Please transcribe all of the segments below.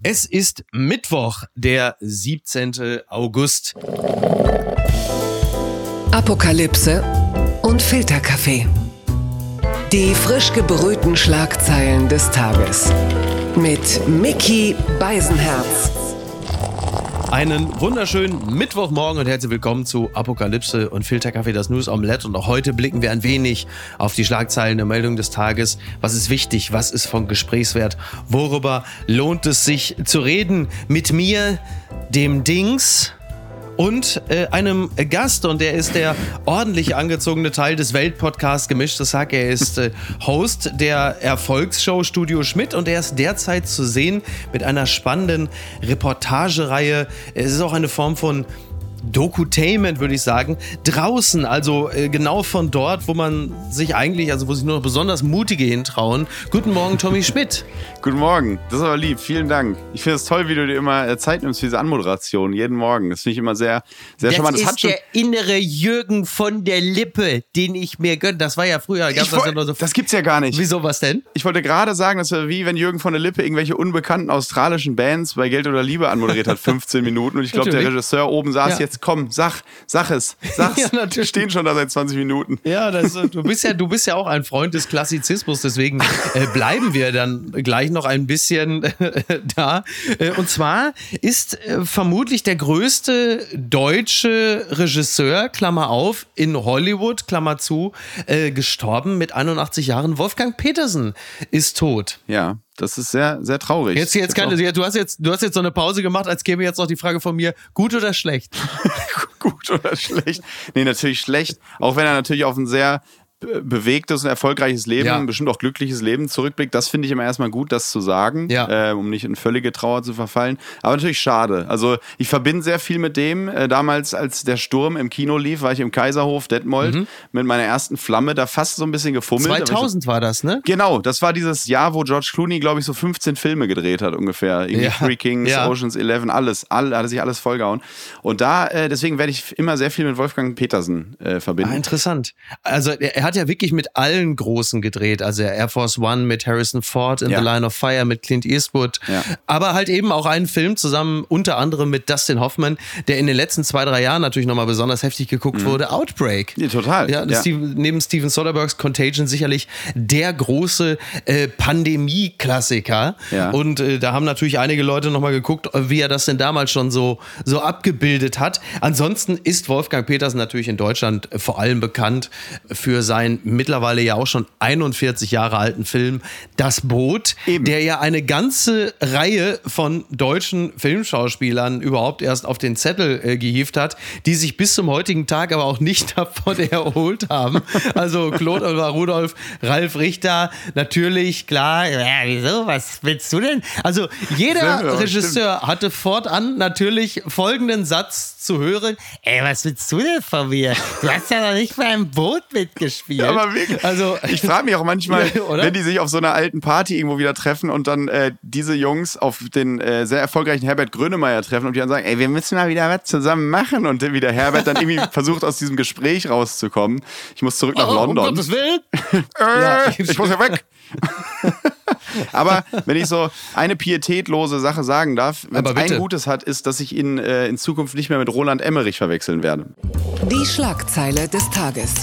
Es ist Mittwoch, der 17. August. Apokalypse und Filterkaffee. Die frisch gebrühten Schlagzeilen des Tages. Mit Micky Beisenherz. Einen wunderschönen Mittwochmorgen und herzlich willkommen zu Apokalypse und Filterkaffee, das News Omelette. Und auch heute blicken wir ein wenig auf die Schlagzeilen der Meldung des Tages. Was ist wichtig? Was ist von Gesprächswert? Worüber lohnt es sich zu reden? Mit mir, dem Dings und einem Gast, und der ist der ordentlich angezogene Teil des Weltpodcasts Gemischtes Hack. Er ist Host der Erfolgsshow Studio Schmidt und er ist derzeit zu sehen mit einer spannenden Reportagereihe. Es ist auch eine Form von Dokutainment, würde ich sagen, draußen, also genau von dort, wo man sich eigentlich, also wo sich nur noch besonders Mutige hintrauen. Guten Morgen, Tommy Schmidt. Guten Morgen, das ist aber lieb, vielen Dank. Ich finde es toll, wie du dir immer Zeit nimmst für diese Anmoderation, jeden Morgen. Das finde ich immer sehr, sehr charmant. Das ist der innere Jürgen von der Lippe, den ich mir gönne. Das war ja früher. Das gibt's ja gar nicht. Wieso, was denn? Ich wollte gerade sagen, das wäre wie wenn Jürgen von der Lippe irgendwelche unbekannten australischen Bands bei Geld oder Liebe anmoderiert hat, 15 Minuten. Und ich glaube, der Regisseur oben saß jetzt, komm, sag es, sag's. Ja, natürlich. Wir stehen schon da seit 20 Minuten. Ja, du bist ja auch ein Freund des Klassizismus, deswegen bleiben wir dann gleich noch ein bisschen da. Und zwar ist vermutlich der größte deutsche Regisseur, Klammer auf, in Hollywood, Klammer zu, gestorben mit 81 Jahren. Wolfgang Petersen ist tot. Ja. Das ist sehr, sehr traurig. Du hast jetzt so eine Pause gemacht, als käme jetzt noch die Frage von mir, gut oder schlecht? Gut oder schlecht? Nee, natürlich schlecht. Auch wenn er natürlich auf ein sehr bewegtes und erfolgreiches Leben, bestimmt auch glückliches Leben zurückblickt. Das finde ich immer erstmal gut, das zu sagen, um nicht in völlige Trauer zu verfallen. Aber natürlich schade. Also ich verbinde sehr viel mit dem. Damals, als der Sturm im Kino lief, war ich im Kaiserhof Detmold mit meiner ersten Flamme, da fast so ein bisschen gefummelt. 2000 war das, ne? Genau, das war dieses Jahr, wo George Clooney, glaube ich, so 15 Filme gedreht hat ungefähr. Irgendwie Three Kings, Ocean's 11, alles. Hat sich alles vollgehauen. Und da, deswegen werde ich immer sehr viel mit Wolfgang Petersen verbinden. Ah, interessant. Also er hat ja wirklich mit allen Großen gedreht. Also Air Force One mit Harrison Ford, In the Line of Fire mit Clint Eastwood. Ja. Aber halt eben auch einen Film zusammen, unter anderem mit Dustin Hoffman, der in den letzten 2-3 Jahren natürlich nochmal besonders heftig geguckt wurde. Outbreak. Ja, total. Ja, neben Steven Soderberghs Contagion sicherlich der große Pandemie-Klassiker. Ja. Und da haben natürlich einige Leute nochmal geguckt, wie er das denn damals schon so abgebildet hat. Ansonsten ist Wolfgang Petersen natürlich in Deutschland vor allem bekannt für seinen mittlerweile ja auch schon 41 Jahre alten Film Das Boot, der ja eine ganze Reihe von deutschen Filmschauspielern überhaupt erst auf den Zettel gehievt hat, die sich bis zum heutigen Tag aber auch nicht davon erholt haben. Also Claude Oliver Rudolph, Ralf Richter, natürlich, klar, wieso, was willst du denn? Also jeder Regisseur hatte fortan natürlich folgenden Satz zu hören: Ey, was willst du denn von mir? Du hast ja noch nicht beim Boot mitgespielt. Ja, aber wirklich. Also, ich frage mich auch manchmal, wenn die sich auf so einer alten Party irgendwo wieder treffen und dann diese Jungs auf den sehr erfolgreichen Herbert Grönemeyer treffen und die dann sagen, ey, wir müssen mal wieder was zusammen machen, und wie der Herbert dann irgendwie versucht, aus diesem Gespräch rauszukommen. Ich muss zurück nach London. Um Gottes Willen. Ich muss ja weg. Aber wenn ich so eine pietätlose Sache sagen darf, wenn es ein Gutes hat, ist, dass ich ihn in Zukunft nicht mehr mit Roland Emmerich verwechseln werde. Die Schlagzeile des Tages.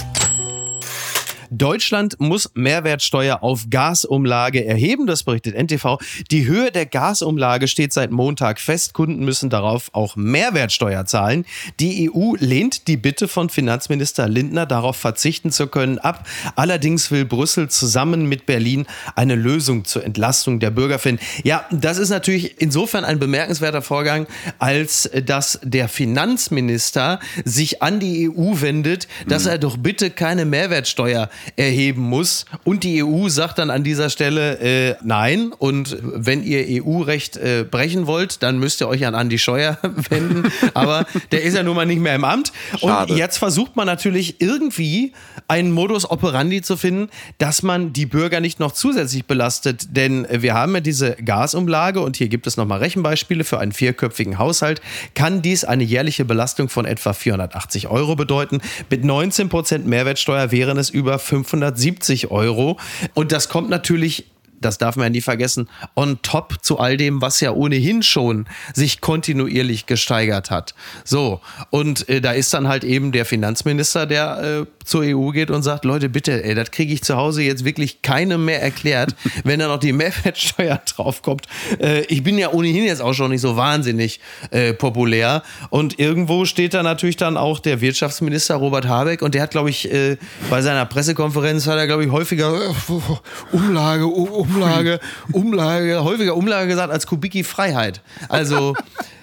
Deutschland muss Mehrwertsteuer auf Gasumlage erheben, das berichtet NTV. Die Höhe der Gasumlage steht seit Montag fest. Kunden müssen darauf auch Mehrwertsteuer zahlen. Die EU lehnt die Bitte von Finanzminister Lindner, darauf verzichten zu können, ab. Allerdings will Brüssel zusammen mit Berlin eine Lösung zur Entlastung der Bürger finden. Ja, das ist natürlich insofern ein bemerkenswerter Vorgang, als dass der Finanzminister sich an die EU wendet, dass er doch bitte keine Mehrwertsteuer erheben muss. Und die EU sagt dann an dieser Stelle nein. Und wenn ihr EU-Recht brechen wollt, dann müsst ihr euch an Andi Scheuer wenden. Aber der ist ja nun mal nicht mehr im Amt. Schade. Und jetzt versucht man natürlich irgendwie einen Modus operandi zu finden, dass man die Bürger nicht noch zusätzlich belastet. Denn wir haben ja diese Gasumlage und hier gibt es nochmal Rechenbeispiele. Für einen 4-köpfigen Haushalt kann dies eine jährliche Belastung von etwa 480 € bedeuten. Mit 19% Mehrwertsteuer wären es über 570 €. Und das kommt natürlich das darf man ja nie vergessen, on top zu all dem, was ja ohnehin schon sich kontinuierlich gesteigert hat. So, und da ist dann halt eben der Finanzminister, der zur EU geht und sagt, Leute, bitte, das kriege ich zu Hause jetzt wirklich keinem mehr erklärt, wenn da noch die Mehrwertsteuer draufkommt. Ich bin ja ohnehin jetzt auch schon nicht so wahnsinnig populär. Und irgendwo steht da natürlich dann auch der Wirtschaftsminister Robert Habeck und der hat, glaube ich, bei seiner Pressekonferenz hat er, glaube ich, häufiger häufiger Umlage gesagt als Kubicki Freiheit. Also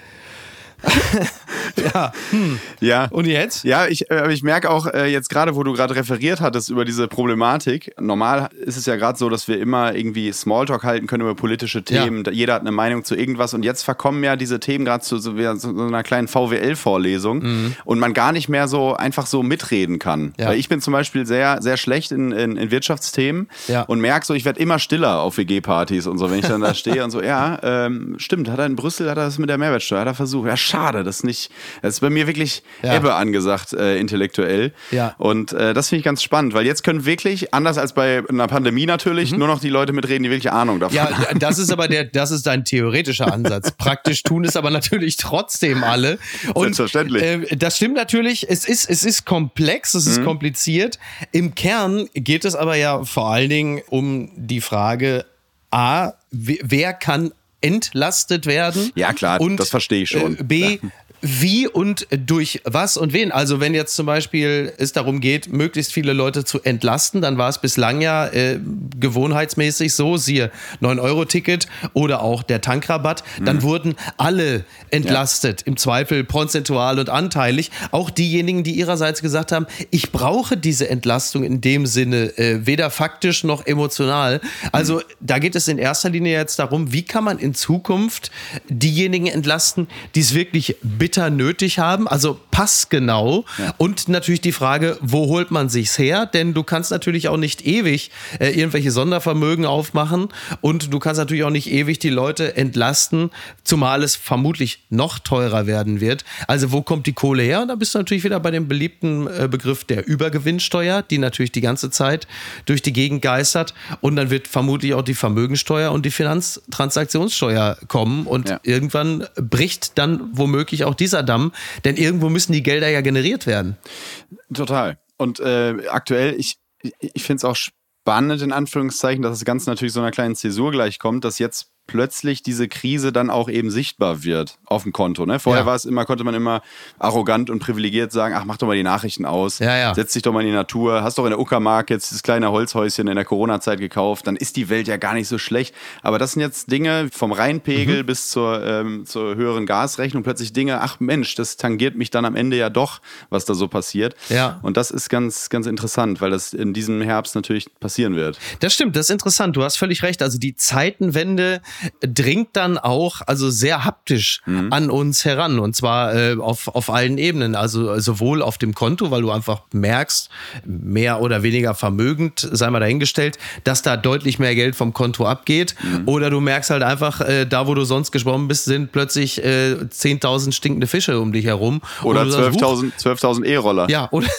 ja. Ja. Und jetzt? Ja, ich merke auch jetzt gerade, wo du gerade referiert hattest über diese Problematik. Normal ist es ja gerade so, dass wir immer irgendwie Smalltalk halten können über politische Themen. Ja. Jeder hat eine Meinung zu irgendwas und jetzt verkommen ja diese Themen gerade zu so einer kleinen VWL-Vorlesung und man gar nicht mehr so einfach so mitreden kann. Ja. Weil ich bin zum Beispiel sehr, sehr schlecht in Wirtschaftsthemen und merke so, ich werde immer stiller auf WG-Partys und so, wenn ich dann da stehe und so, stimmt, hat er in Brüssel, hat er das mit der Mehrwertsteuer, hat er versucht. Ja, schade, das ist bei mir wirklich Ebbe angesagt, intellektuell. Ja. Und das finde ich ganz spannend, weil jetzt können wirklich, anders als bei einer Pandemie natürlich, nur noch die Leute mitreden, die wirklich Ahnung davon haben. Ja, das ist aber das ist dein theoretischer Ansatz. Praktisch tun es aber natürlich trotzdem alle. Und, selbstverständlich. Das stimmt natürlich, es ist komplex, es ist kompliziert. Im Kern geht es aber ja vor allen Dingen um die Frage, A, wer kann entlastet werden. Ja, klar, und das verstehe ich schon. B, wie und durch was und wen. Also wenn jetzt zum Beispiel es darum geht, möglichst viele Leute zu entlasten, dann war es bislang ja gewohnheitsmäßig so, siehe 9-Euro-Ticket oder auch der Tankrabatt, dann wurden alle entlastet, im Zweifel prozentual und anteilig. Auch diejenigen, die ihrerseits gesagt haben, ich brauche diese Entlastung in dem Sinne weder faktisch noch emotional. Also da geht es in erster Linie jetzt darum, wie kann man in Zukunft diejenigen entlasten, die es wirklich bitter nötig haben, also passgenau. Ja. Und natürlich die Frage, wo holt man sich's her? Denn du kannst natürlich auch nicht ewig irgendwelche Sondervermögen aufmachen und du kannst natürlich auch nicht ewig die Leute entlasten, zumal es vermutlich noch teurer werden wird. Also wo kommt die Kohle her? Und da bist du natürlich wieder bei dem beliebten Begriff der Übergewinnsteuer, die natürlich die ganze Zeit durch die Gegend geistert. Und dann wird vermutlich auch die Vermögensteuer und die Finanztransaktionssteuer kommen und irgendwann bricht dann womöglich auch dieser Damm, denn irgendwo müssen die Gelder ja generiert werden. Total. Und aktuell, ich finde es auch spannend, in Anführungszeichen, dass das Ganze natürlich so einer kleinen Zäsur gleichkommt, dass jetzt plötzlich diese Krise dann auch eben sichtbar wird auf dem Konto. Ne? Vorher konnte man immer arrogant und privilegiert sagen, ach, mach doch mal die Nachrichten aus, setz dich doch mal in die Natur, hast doch in der Uckermark jetzt das kleine Holzhäuschen in der Corona-Zeit gekauft, dann ist die Welt ja gar nicht so schlecht. Aber das sind jetzt Dinge vom Rheinpegel bis zur höheren Gasrechnung, plötzlich Dinge, ach Mensch, das tangiert mich dann am Ende ja doch, was da so passiert. Ja. Und das ist ganz, ganz interessant, weil das in diesem Herbst natürlich passieren wird. Das stimmt, das ist interessant, du hast völlig recht. Also die Zeitenwende dringt dann auch sehr haptisch an uns heran und zwar auf allen Ebenen, also sowohl auf dem Konto, weil du einfach merkst, mehr oder weniger vermögend, sei mal dahingestellt, dass da deutlich mehr Geld vom Konto abgeht oder du merkst halt einfach, da wo du sonst geschwommen bist, sind plötzlich 10.000 stinkende Fische um dich herum. Oder 12.000 E-Roller. Ja, oder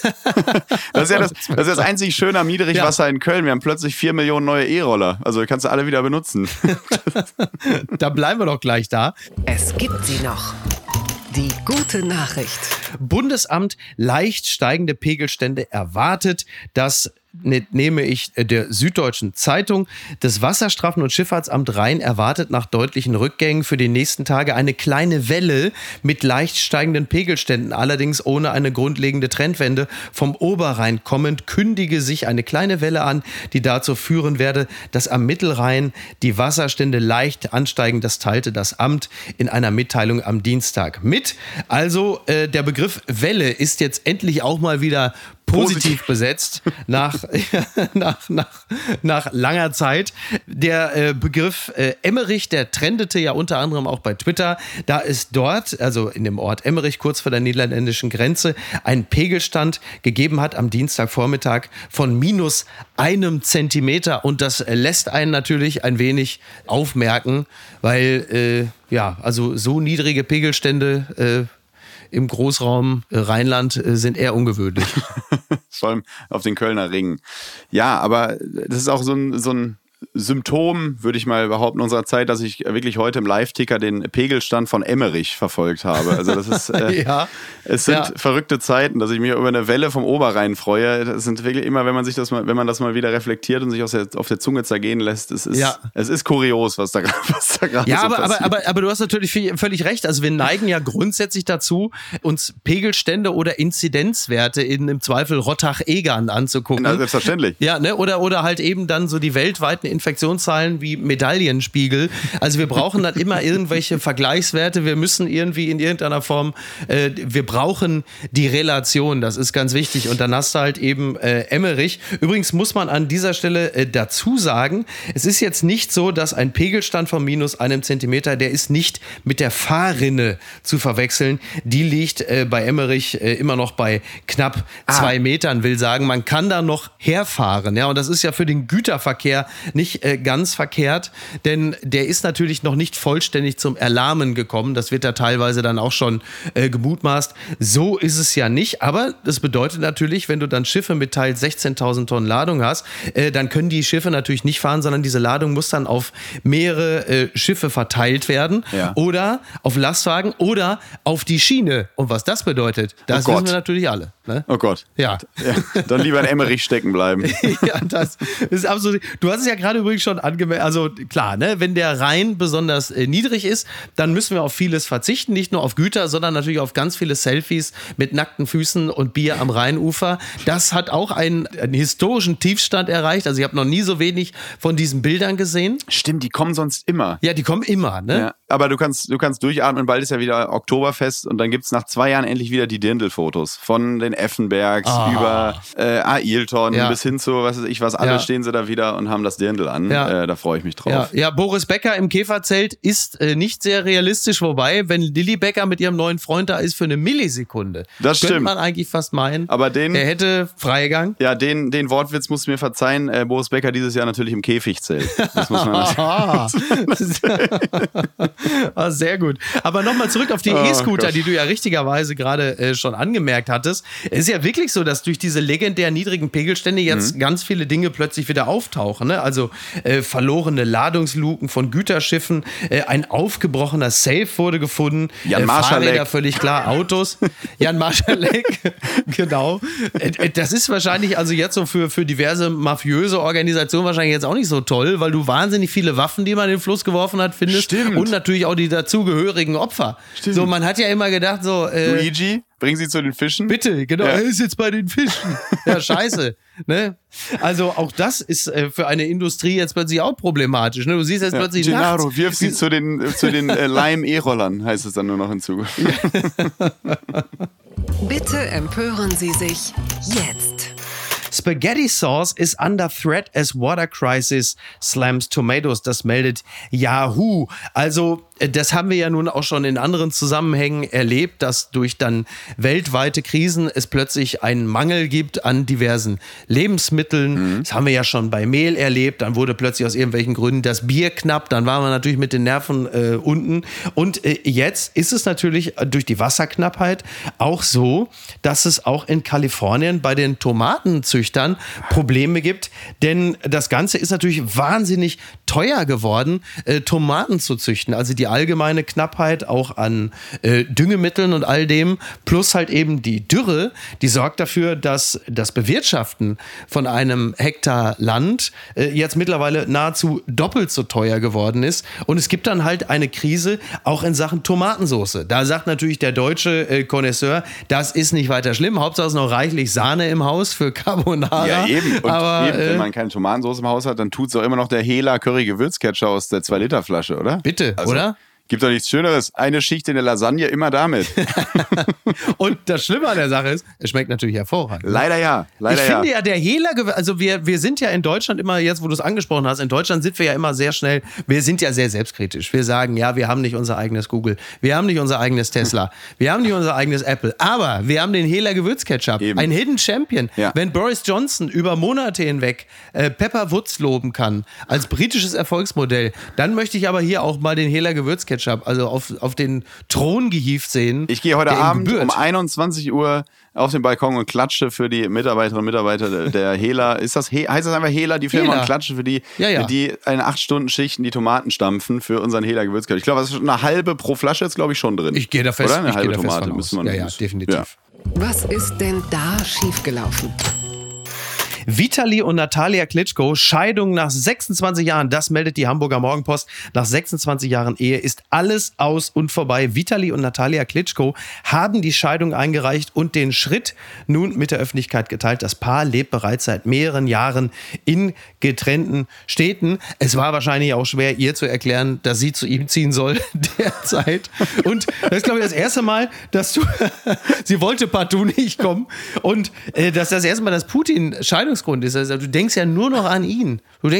das ist das einzig Schöne am Niedrigwasser in Köln, wir haben plötzlich 4 Millionen neue E-Roller, also kannst du alle wieder benutzen. Da bleiben wir doch gleich da. Es gibt sie noch. Die gute Nachricht. Bundesamt leicht steigende Pegelstände erwartet, das nehme ich der Süddeutschen Zeitung. Das Wasserstraßen- und Schifffahrtsamt Rhein erwartet nach deutlichen Rückgängen für die nächsten Tage eine kleine Welle mit leicht steigenden Pegelständen, allerdings ohne eine grundlegende Trendwende. Vom Oberrhein kommend kündige sich eine kleine Welle an, die dazu führen werde, dass am Mittelrhein die Wasserstände leicht ansteigen. Das teilte das Amt in einer Mitteilung am Dienstag mit. Also der Begriff Welle ist jetzt endlich auch mal wieder positiv besetzt nach langer Zeit. Der Begriff Emmerich, der trendete ja unter anderem auch bei Twitter. Da ist dort, also in dem Ort Emmerich, kurz vor der niederländischen Grenze, ein Pegelstand gegeben hat am Dienstagvormittag von -1 Zentimeter. Und das lässt einen natürlich ein wenig aufmerken, weil also so niedrige Pegelstände im Großraum Rheinland sind eher ungewöhnlich. Vor allem auf den Kölner Ringen. Ja, aber das ist auch so ein Symptom, würde ich mal behaupten, unserer Zeit, dass ich wirklich heute im Live-Ticker den Pegelstand von Emmerich verfolgt habe. Also das ist, es sind verrückte Zeiten, dass ich mich über eine Welle vom Oberrhein freue. Das sind wirklich immer, wenn man das mal wieder reflektiert und sich auf der Zunge zergehen lässt, es ist kurios, was da gerade so passiert. Ja, aber du hast natürlich völlig recht. Also wir neigen ja grundsätzlich dazu, uns Pegelstände oder Inzidenzwerte im Zweifel Rottach-Egern anzugucken. Na, selbstverständlich. Ja, ne? Oder halt eben dann so die weltweiten Infektionszahlen wie Medaillenspiegel. Also wir brauchen dann immer irgendwelche Vergleichswerte. Wir müssen irgendwie in irgendeiner Form, wir brauchen die Relation. Das ist ganz wichtig. Und dann hast du halt eben Emmerich. Übrigens muss man an dieser Stelle dazu sagen, es ist jetzt nicht so, dass ein Pegelstand von -1 Zentimeter, der ist nicht mit der Fahrrinne zu verwechseln. Die liegt bei Emmerich immer noch bei knapp 2 Metern, will sagen, man kann da noch herfahren. Ja, und das ist ja für den Güterverkehr nicht ganz verkehrt, denn der ist natürlich noch nicht vollständig zum Erlahmen gekommen. Das wird da teilweise dann auch schon gemutmaßt. So ist es ja nicht, aber das bedeutet natürlich, wenn du dann Schiffe mit teils 16.000 Tonnen Ladung hast, dann können die Schiffe natürlich nicht fahren, sondern diese Ladung muss dann auf mehrere Schiffe verteilt werden oder auf Lastwagen oder auf die Schiene. Und was das bedeutet, das wissen wir natürlich alle. Ne? Oh Gott. Ja. Dann lieber in Emmerich stecken bleiben. Ja, das ist absolut. Du hast es ja gerade übrigens schon angemerkt. Also klar, ne, wenn der Rhein besonders niedrig ist, dann müssen wir auf vieles verzichten. Nicht nur auf Güter, sondern natürlich auf ganz viele Selfies mit nackten Füßen und Bier am Rheinufer. Das hat auch einen historischen Tiefstand erreicht. Also ich habe noch nie so wenig von diesen Bildern gesehen. Stimmt, die kommen sonst immer. Ja, die kommen immer, ne? Ja, aber du kannst durchatmen. Bald ist ja wieder Oktoberfest und dann gibt es nach 2 Jahren endlich wieder die Dirndl-Fotos von den Effenbergs über Ailton bis hin zu, was weiß ich was, alle stehen sie da wieder und haben das Dirndl an. Ja. Da freue ich mich drauf. Ja, Boris Becker im Käferzelt ist nicht sehr realistisch, wobei, wenn Lilly Becker mit ihrem neuen Freund da ist für eine Millisekunde, das könnte stimmt. Man eigentlich fast meinen, aber er hätte Freigang. Ja, den Wortwitz musst du mir verzeihen. Boris Becker dieses Jahr natürlich im Käfigzelt. Das muss man sehr gut. Aber nochmal zurück auf die E-Scooter, die du ja richtigerweise gerade schon angemerkt hattest. Es ist ja wirklich so, dass durch diese legendär niedrigen Pegelstände jetzt ganz viele Dinge plötzlich wieder auftauchen. Ne? Also verlorene Ladungsluken von Güterschiffen, ein aufgebrochener Safe wurde gefunden, Jan Fahrräder, völlig klar, Autos. Jan Marschalek, genau. Das ist wahrscheinlich also jetzt so für diverse mafiöse Organisationen wahrscheinlich jetzt auch nicht so toll, weil du wahnsinnig viele Waffen, die man in den Fluss geworfen hat, findest. Stimmt. Und natürlich auch die dazugehörigen Opfer. Stimmt. So, man hat ja immer gedacht so... Luigi, bring sie zu den Fischen. Bitte, genau. Er ist jetzt bei den Fischen. Ja, scheiße. Ne? Also auch das ist für eine Industrie jetzt plötzlich auch problematisch. Ne? Du siehst jetzt plötzlich Gennaro, wirf sie zu den Leim-E-Rollern, heißt es dann nur noch hinzu. Bitte empören Sie sich jetzt. Spaghetti Sauce is under threat as water crisis slams tomatoes. Das meldet Yahoo. Also das haben wir ja nun auch schon in anderen Zusammenhängen erlebt, dass durch dann weltweite Krisen es plötzlich einen Mangel gibt an diversen Lebensmitteln. Das haben wir ja schon bei Mehl erlebt. Dann wurde plötzlich aus irgendwelchen Gründen das Bier knapp. Dann waren wir natürlich mit den Nerven unten. Und jetzt ist es natürlich durch die Wasserknappheit auch so, dass es auch in Kalifornien bei den Tomatenzüchtern Probleme gibt. Denn das Ganze ist natürlich wahnsinnig teuer geworden, Tomaten zu züchten. Also die allgemeine Knappheit auch an Düngemitteln und all dem, plus halt eben die Dürre, die sorgt dafür, dass das Bewirtschaften von einem Hektar Land jetzt mittlerweile nahezu doppelt so teuer geworden ist. Und es gibt dann halt eine Krise auch in Sachen Tomatensauce. Da sagt natürlich der deutsche Connoisseur, das ist nicht weiter schlimm. Hauptsache es ist noch reichlich Sahne im Haus für Carbonara. Ja, eben. Und aber, wenn man keine Tomatensauce im Haus hat, dann tut es auch immer noch der Hela Curry-Gewürzketchup aus der 2-Liter-Flasche, oder? Bitte, also, oder? Gibt doch nichts Schöneres. Eine Schicht in der Lasagne, immer damit. Und das Schlimme an der Sache ist, es schmeckt natürlich hervorragend. Leider ja. Ich finde ja, der Hela, also wir sind ja in Deutschland immer, jetzt wo du es angesprochen hast, in Deutschland sind wir ja immer sehr schnell, wir sind ja sehr selbstkritisch. Wir sagen, ja, wir haben nicht unser eigenes Google, wir haben nicht unser eigenes Tesla, wir haben nicht unser eigenes Apple, aber wir haben den Hela Gewürzketchup, ein Hidden Champion. Ja. Wenn Boris Johnson über Monate hinweg Pepper Woods loben kann, als britisches Erfolgsmodell, dann möchte ich aber hier auch mal den Hela Gewürzketchup Ketchup, also auf den Thron gehievt sehen. Ich gehe heute Abend um 21 Uhr auf den Balkon und klatsche für die Mitarbeiterinnen und Mitarbeiter der Hela. Heißt das einfach Hela, die Firma, und klatsche für die, die eine 8-Stunden-Schicht in die Tomaten stampfen für unseren Hela Gewürzketchup. Ich glaube, das ist eine halbe pro Flasche jetzt, glaube ich, schon drin. Ich gehe da fest. Oder? Eine halbe Tomate müssen wir. Ja, definitiv. Ja. Was ist denn da schiefgelaufen? Vitali und Natalia Klitschko, Scheidung nach 26 Jahren, das meldet die Hamburger Morgenpost. Nach 26 Jahren Ehe ist alles aus und vorbei. Vitali und Natalia Klitschko haben die Scheidung eingereicht und den Schritt nun mit der Öffentlichkeit geteilt. Das Paar lebt bereits seit mehreren Jahren in getrennten Städten. Es war wahrscheinlich auch schwer, ihr zu erklären, dass sie zu ihm ziehen soll derzeit. Und das ist, glaube ich, das erste Mal, dass sie wollte partout nicht kommen. Und dass das erste Mal, dass Putin Scheidungsgrund ist. Also, du denkst ja nur noch an ihn.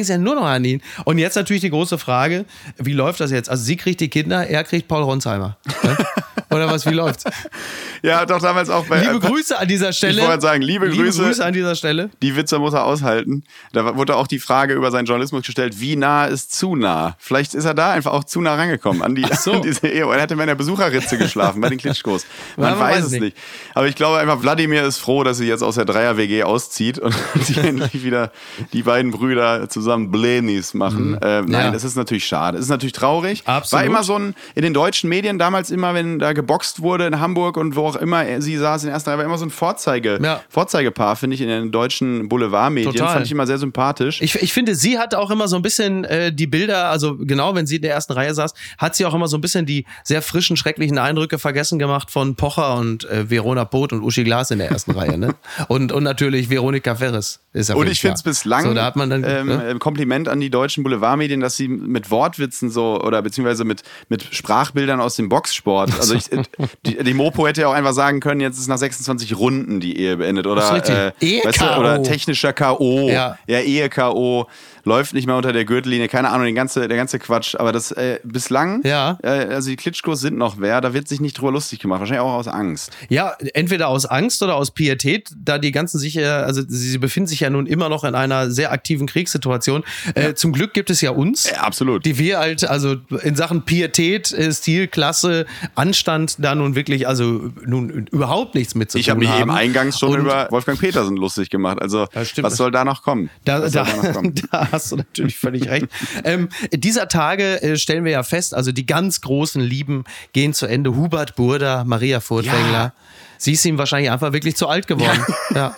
Und jetzt natürlich die große Frage, wie läuft das jetzt? Also sie kriegt die Kinder, er kriegt Paul Ronsheimer. Oder was, wie läuft's? Ja, doch damals auch bei... Liebe Grüße an dieser Stelle. Ich wollte sagen, liebe Grüße an dieser Stelle. Die Witze muss er aushalten. Da wurde auch die Frage über seinen Journalismus gestellt, wie nah ist zu nah? Vielleicht ist er da einfach auch zu nah rangekommen an diese Ehe. Er hätte in einer Besucherritze geschlafen bei den Klitschkos. Man weiß es nicht. Aber ich glaube einfach, Wladimir ist froh, dass sie jetzt aus der Dreier-WG auszieht und sie endlich wieder die beiden Brüder zusammen Blenis machen. Nein, das ist natürlich schade. Es ist natürlich traurig. Absolut. War immer so in den deutschen Medien damals immer, wenn da geboxt wurde in Hamburg und wo auch immer sie saß in der ersten Reihe, war immer so ein Vorzeigepaar, finde ich, in den deutschen Boulevardmedien. Total. Fand ich immer sehr sympathisch. Ich finde, sie hat auch immer so ein bisschen die Bilder, also genau, wenn sie in der ersten Reihe saß, hat sie auch immer so ein bisschen die sehr frischen, schrecklichen Eindrücke vergessen gemacht von Pocher und Verona Poth und Uschi Glas in der ersten Reihe. Ne? Und natürlich Veronika Ferres. Und ich finde es bislang so, da hat man dann, Kompliment an die deutschen Boulevardmedien, dass sie mit Wortwitzen oder beziehungsweise mit Sprachbildern aus dem Boxsport, also die Mopo hätte ja auch einfach sagen können, jetzt ist nach 26 Runden die Ehe beendet oder oder technischer K.O. Ja, Ehe-K.O. läuft nicht mehr unter der Gürtellinie, keine Ahnung, der ganze Quatsch, aber das bislang, also die Klitschkos sind noch wer, da wird sich nicht drüber lustig gemacht, wahrscheinlich auch aus Angst. Ja, entweder aus Angst oder aus Pietät, da die ganzen also sie befinden sich ja nun immer noch in einer sehr aktiven Kriegssituation. Zum Glück gibt es ja uns, absolut, die wir halt, also in Sachen Pietät, Stil, Klasse, Anstand, da nun wirklich, also nun überhaupt nichts mit zu tun haben. Ich habe mich eben eingangs schon über Wolfgang Petersen lustig gemacht, also was soll da noch kommen? Da hast du natürlich völlig recht. Dieser Tage stellen wir ja fest, also die ganz großen Lieben gehen zu Ende. Hubert Burda, Maria Furtwängler. Ja. Sie ist ihm wahrscheinlich einfach wirklich zu alt geworden. Ja.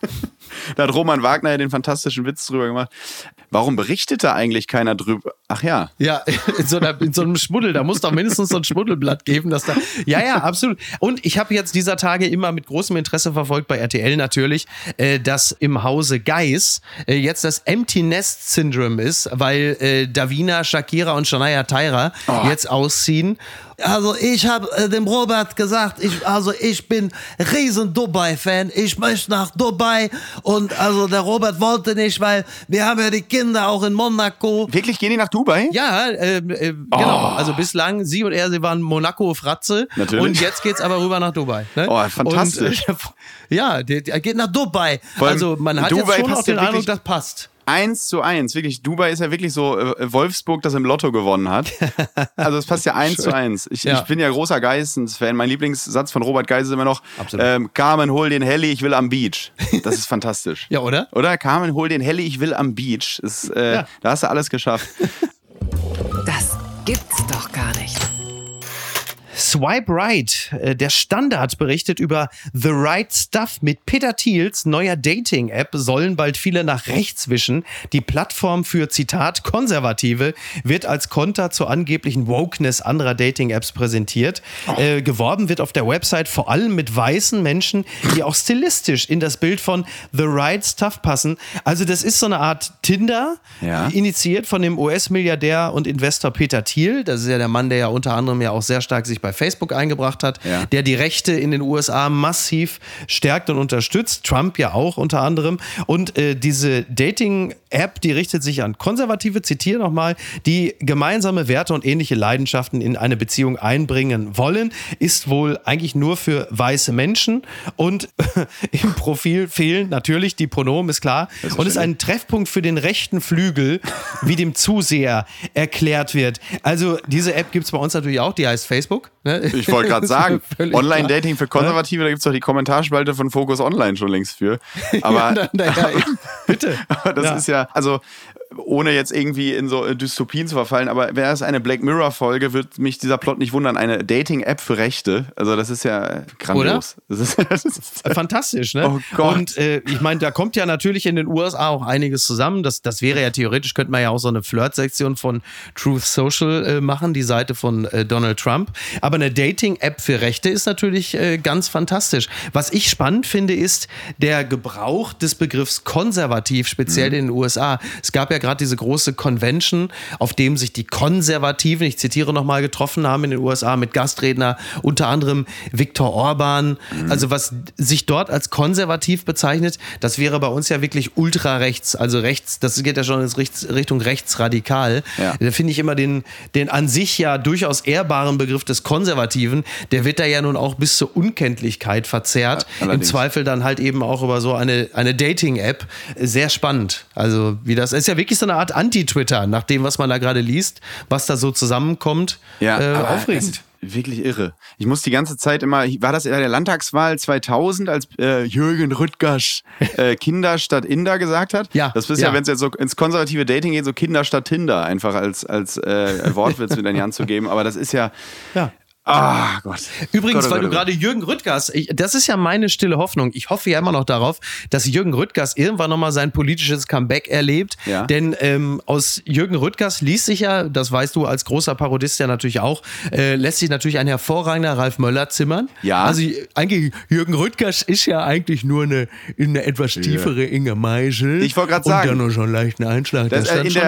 Da hat Roman Wagner ja den fantastischen Witz drüber gemacht. Warum berichtet da eigentlich keiner drüber? Ach ja. Ja, in so einem Schmuddel, da muss doch mindestens so ein Schmuddelblatt geben, dass da. Ja, absolut. Und ich habe jetzt dieser Tage immer mit großem Interesse verfolgt, bei RTL natürlich, dass im Hause Geis jetzt das Empty Nest Syndrome ist, weil Davina, Shakira und Shania Tayra jetzt ausziehen. Also ich habe dem Robert gesagt, ich bin riesen Dubai-Fan, ich möchte nach Dubai und also der Robert wollte nicht, weil wir haben ja die Kinder auch in Monaco. Wirklich, gehen die nach Dubai? Ja, genau, also bislang, sie waren Monaco-Fratze. Natürlich. Und jetzt geht's aber rüber nach Dubai. Ne? Oh, fantastisch. Und, der geht nach Dubai. Also man hat Dubai jetzt schon auch den Eindruck, das passt. 1:1, wirklich. Dubai ist ja wirklich so Wolfsburg, das im Lotto gewonnen hat. Also es passt ja 1:1. Ich bin ja großer Geissens-Fan. Mein Lieblingssatz von Robert Geis ist immer noch, Carmen, hol den Heli, ich will am Beach. Das ist fantastisch. Ja, oder? Oder? Carmen, hol den Heli, ich will am Beach. Da hast du alles geschafft. Das gibt's doch gar nicht. Swipe Right, der Standard berichtet über The Right Stuff. Mit Peter Thiels neuer Dating-App sollen bald viele nach rechts wischen. Die Plattform für, Zitat, Konservative wird als Konter zur angeblichen Wokeness anderer Dating-Apps präsentiert. Geworben wird auf der Website vor allem mit weißen Menschen, die auch stilistisch in das Bild von The Right Stuff passen. Also das ist so eine Art Tinder, initiiert von dem US-Milliardär und Investor Peter Thiel. Das ist ja der Mann, der ja unter anderem ja auch sehr stark sich bei Facebook eingebracht hat, der die Rechte in den USA massiv stärkt und unterstützt. Trump ja auch unter anderem. Und diese Dating-App, die richtet sich an Konservative, zitiere nochmal, die gemeinsame Werte und ähnliche Leidenschaften in eine Beziehung einbringen wollen, ist wohl eigentlich nur für weiße Menschen und im Profil fehlen natürlich die Pronomen, ist klar. Und ist ein Treffpunkt für den rechten Flügel, wie dem Zuseher erklärt wird. Also diese App gibt es bei uns natürlich auch, die heißt Facebook. Ne? Ich wollte gerade sagen, Online-Dating für Konservative, da gibt es doch die Kommentarspalte von Focus Online schon längst für. Aber, bitte. Aber das ist ja, also ohne jetzt irgendwie in so Dystopien zu verfallen, aber wäre es eine Black Mirror-Folge, wird mich dieser Plot nicht wundern. Eine Dating-App für Rechte, also das ist ja grandios. Oder? Das ist fantastisch, ne? Oh Gott. Und ich meine, da kommt ja natürlich in den USA auch einiges zusammen. Das wäre ja theoretisch, könnte man ja auch so eine Flirt-Sektion von Truth Social machen, die Seite von Donald Trump. Aber eine Dating-App für Rechte ist natürlich ganz fantastisch. Was ich spannend finde, ist der Gebrauch des Begriffs konservativ, speziell in den USA. Es gab ja gerade diese große Convention, auf dem sich die Konservativen, ich zitiere nochmal, getroffen haben in den USA mit Gastredner, unter anderem Viktor Orban. Also was sich dort als konservativ bezeichnet, das wäre bei uns ja wirklich ultrarechts, also rechts, das geht ja schon in Richtung rechtsradikal. Ja. Da finde ich immer den an sich ja durchaus ehrbaren Begriff des Konservativen, der wird da ja nun auch bis zur Unkenntlichkeit verzerrt. Ja, im Zweifel dann halt eben auch über so eine Dating-App. Sehr spannend. Also wie das ist ja wirklich so eine Art Anti-Twitter, nach dem, was man da gerade liest, was da so zusammenkommt. Ja, aufregend. Wirklich irre. Ich muss die ganze Zeit immer, war das in der Landtagswahl 2000, als Jürgen Rüttgers Kinder statt Inder gesagt hat? Ja. Das ist ja, wenn es jetzt so ins konservative Dating geht, so Kinder statt Tinder, einfach als Wortwitz mit in die Hand zu geben. Aber das ist ja. Ah, Gott. Übrigens, Gott, weil du gerade Jürgen Rüttgers, das ist ja meine stille Hoffnung. Ich hoffe ja immer noch darauf, dass Jürgen Rüttgers irgendwann nochmal sein politisches Comeback erlebt. Ja. Denn aus Jürgen Rüttgers liest sich ja, das weißt du als großer Parodist ja natürlich auch, lässt sich natürlich ein hervorragender Ralf Möller zimmern. Ja. Also eigentlich, Jürgen Rüttgers ist ja eigentlich nur eine etwas tiefere Inge Meisel. Ich wollte gerade sagen. Und dann noch schon einen leichten Einschlag. Das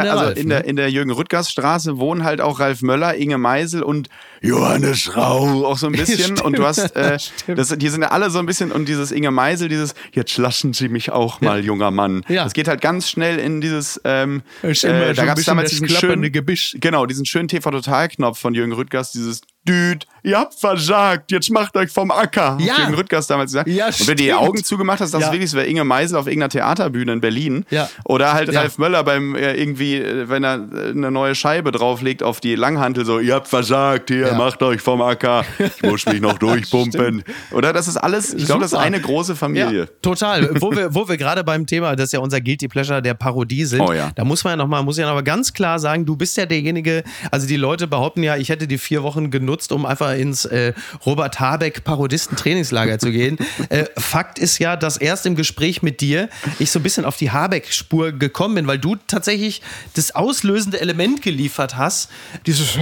in der Jürgen Rüttgers Straße wohnen halt auch Ralf Möller, Inge Meisel und Johannes Rau auch so ein bisschen. Und du hast, die sind ja alle so ein bisschen, und dieses Inge Meisel, dieses, jetzt lassen Sie mich auch mal, junger Mann. Ja. Das geht halt ganz schnell in dieses, da gab es damals diesen schönen Gebüsch. Genau, diesen schönen TV-Total-Knopf von Jürgen Rüttgers, dieses Düd, ihr habt versagt, jetzt macht euch vom Acker. Ja. Hat Jürgen Rüttgers damals gesagt. Ja, und wenn du die Augen zugemacht hast, das ist wirklich, wäre Inge Meisel auf irgendeiner Theaterbühne in Berlin. Ja. Oder halt Ralf Möller beim irgendwie, wenn er eine neue Scheibe drauflegt auf die Langhantel, so, ihr habt versagt, hier, macht euch vom Acker, ich muss mich noch durchpumpen. Oder das ist alles, ich glaube, das ist eine große Familie. Ja, total. Wo wir gerade beim Thema, das ist ja unser Guilty Pleasure der Parodie sind, da muss man ja noch ganz klar sagen, du bist ja derjenige, also die Leute behaupten ja, ich hätte die 4 Wochen genutzt, um einfach ins Robert Habeck Parodisten-Trainingslager zu gehen. Fakt ist ja, dass erst im Gespräch mit dir ich so ein bisschen auf die Habeck-Spur gekommen bin, weil du tatsächlich das auslösende Element geliefert hast. Dieses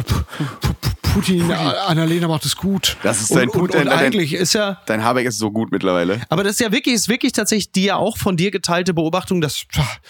Putin, Annalena macht es gut. Das ist dein Putin. Und eigentlich ist ja... Dein Habeck ist so gut mittlerweile. Aber das ist ja wirklich tatsächlich die ja auch von dir geteilte Beobachtung, dass